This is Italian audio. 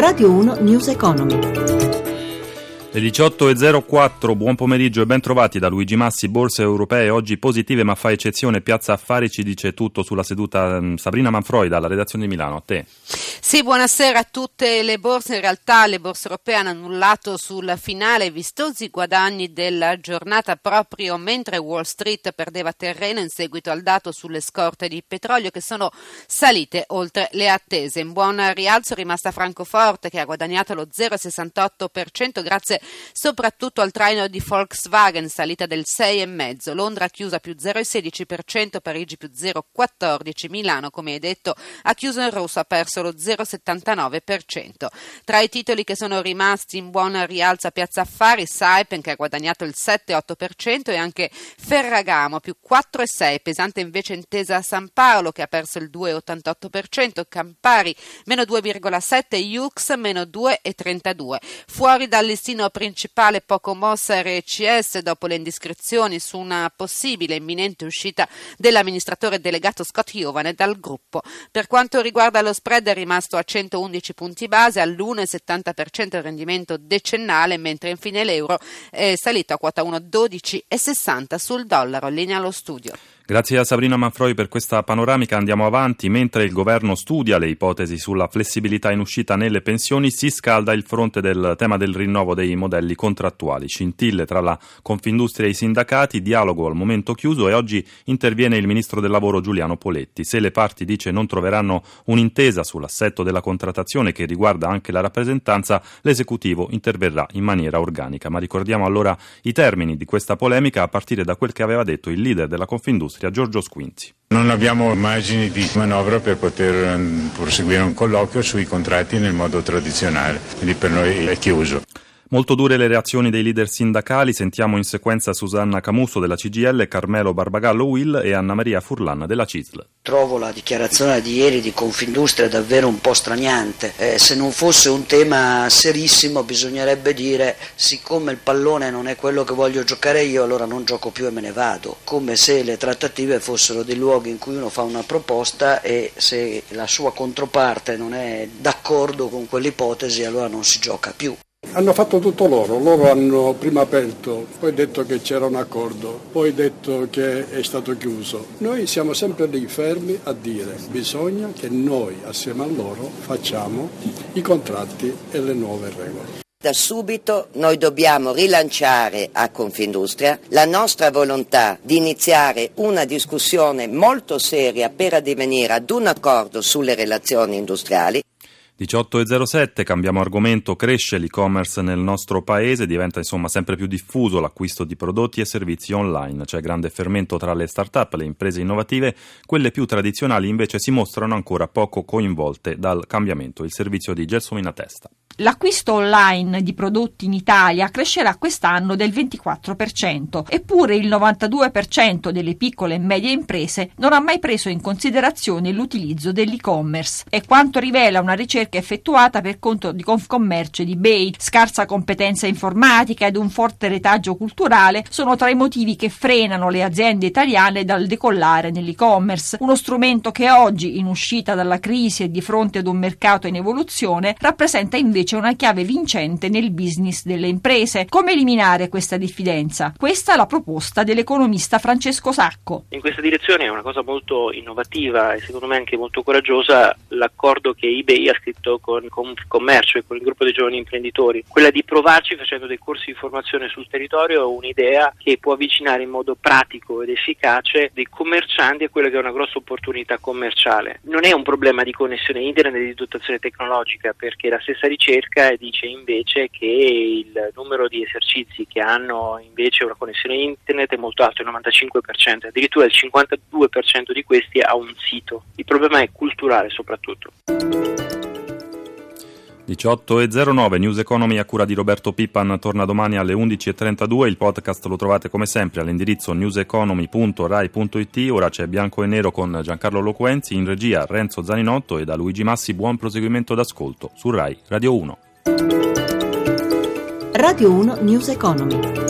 Radio 1 News Economy. Le 18.04, buon pomeriggio e ben trovati da Luigi Massi. Borse europee oggi positive, ma fa eccezione Piazza Affari. Ci dice tutto sulla seduta Sabrina Manfroi dalla redazione di Milano. A te. Sì, buonasera a tutte le borse. In realtà le borse europee hanno annullato sul finale vistosi guadagni della giornata proprio mentre Wall Street perdeva terreno in seguito al dato sulle scorte di petrolio che sono salite oltre le attese. In buon rialzo è rimasta Francoforte che ha guadagnato lo 0,68% grazie soprattutto al traino di Volkswagen, salita del 6,5%, Londra ha chiuso a più 0,16%, Parigi più 0,14%, Milano, come hai detto, ha chiuso in rosso, ha perso lo 0,79%. Tra i titoli che sono rimasti in buon rialzo a Piazza Affari, Saipem che ha guadagnato il 7,8% e anche Ferragamo più 4,6%, pesante invece Intesa San Paolo che ha perso il 2,88%, Campari meno 2,7%, Yux meno 2,32%. Fuori dal listino principale poco mossa RCS dopo le indiscrezioni su una possibile imminente uscita dell'amministratore delegato Scott Giovane dal gruppo. Per quanto riguarda lo spread è rimasto a 111 punti base all'1,70% il rendimento decennale, mentre infine l'euro è salito a quota 1,12,60 sul dollaro. Linea allo studio. Grazie a Sabrina Manfroi per questa panoramica. Andiamo avanti. Mentre il governo studia le ipotesi sulla flessibilità in uscita nelle pensioni, si scalda il fronte del tema del rinnovo dei modelli contrattuali. Scintille tra la Confindustria e i sindacati, dialogo al momento chiuso e oggi interviene il ministro del lavoro Giuliano Poletti. Se le parti, dice, non troveranno un'intesa sull'assetto della contrattazione che riguarda anche la rappresentanza, l'esecutivo interverrà in maniera organica. Ma ricordiamo allora i termini di questa polemica a partire da quel che aveva detto il leader della Confindustria, Giorgio Squinzi. Non abbiamo margini di manovra per poter proseguire un colloquio sui contratti nel modo tradizionale, quindi per noi è chiuso. Molto dure le reazioni dei leader sindacali. Sentiamo in sequenza Susanna Camusso della CGIL, Carmelo Barbagallo UIL e Anna Maria Furlan della CISL. Trovo la dichiarazione di ieri di Confindustria davvero un po' straniante. Se non fosse un tema serissimo bisognerebbe dire: siccome il pallone non è quello che voglio giocare io, allora non gioco più e me ne vado. Come se le trattative fossero dei luoghi in cui uno fa una proposta e se la sua controparte non è d'accordo con quell'ipotesi allora non si gioca più. Hanno fatto tutto loro hanno prima aperto, poi detto che c'era un accordo, poi detto che è stato chiuso. Noi siamo sempre lì fermi a dire: bisogna che noi assieme a loro facciamo i contratti e le nuove regole. Da subito noi dobbiamo rilanciare a Confindustria la nostra volontà di iniziare una discussione molto seria per addivenire ad un accordo sulle relazioni industriali. 18.07, cambiamo argomento. Cresce l'e-commerce nel nostro paese, diventa insomma sempre più diffuso l'acquisto di prodotti e servizi online. C'è grande fermento tra le start-up, le imprese innovative, quelle più tradizionali invece si mostrano ancora poco coinvolte dal cambiamento. Il servizio di Gelsomina Testa. L'acquisto online di prodotti in Italia crescerà quest'anno del 24%, eppure il 92% delle piccole e medie imprese non ha mai preso in considerazione l'utilizzo dell'e-commerce. È quanto rivela una ricerca effettuata per conto di Confcommercio e di eBay. Scarsa competenza informatica ed un forte retaggio culturale sono tra i motivi che frenano le aziende italiane dal decollare nell'e-commerce, uno strumento che oggi, in uscita dalla crisi e di fronte ad un mercato in evoluzione, rappresenta invece una chiave vincente nel business delle imprese. Come eliminare questa diffidenza? Questa è la proposta dell'economista Francesco Sacco. In questa direzione è una cosa molto innovativa e secondo me anche molto coraggiosa l'accordo che eBay ha scritto con Commercio e con il gruppo dei giovani imprenditori. Quella di provarci facendo dei corsi di formazione sul territorio è un'idea che può avvicinare in modo pratico ed efficace dei commercianti a quella che è una grossa opportunità commerciale. Non è un problema di connessione internet e di dotazione tecnologica, perché la stessa ricerca dice invece che il numero di esercizi che hanno invece una connessione internet è molto alto, il 95%, addirittura il 52% di questi ha un sito. Il problema è culturale soprattutto. 18.09, News Economy a cura di Roberto Pippan torna domani alle 11.32. Il podcast lo trovate come sempre all'indirizzo newseconomy.rai.it. Ora c'è Bianco e Nero con Giancarlo Loquenzi, in regia Renzo Zaninotto e da Luigi Massi buon proseguimento d'ascolto su Rai Radio 1. Radio 1 News Economy.